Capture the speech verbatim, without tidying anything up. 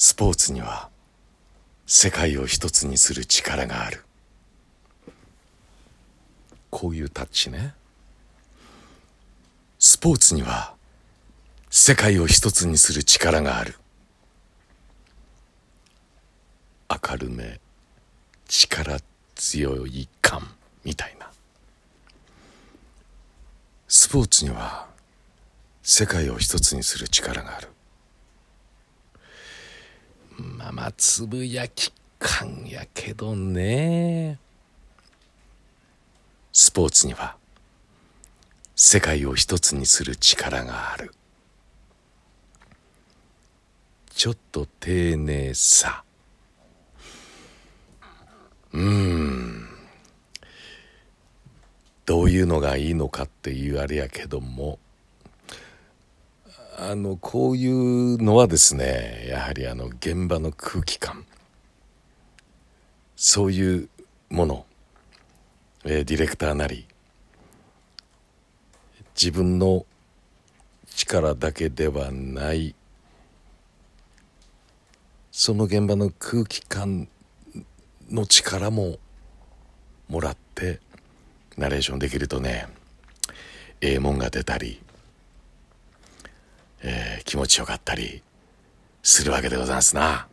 スポーツには世界を一つにする力がある。こういうタッチね。スポーツには世界を一つにする力がある。明るめ、力強い感みたいな。スポーツには世界を一つにする力がある。まあまあつぶやき感やけどね。スポーツには世界を一つにする力がある。ちょっと丁寧さ。うーんどういうのがいいのかっていうあれやけども、あのこういうのはですね、やはりあの現場の空気感、そういうもの、えー、ディレクターなり自分の力だけではない、その現場の空気感の力ももらってナレーションできるとね、ええもんが出たり、えー、気持ちよかったりするわけでございますな。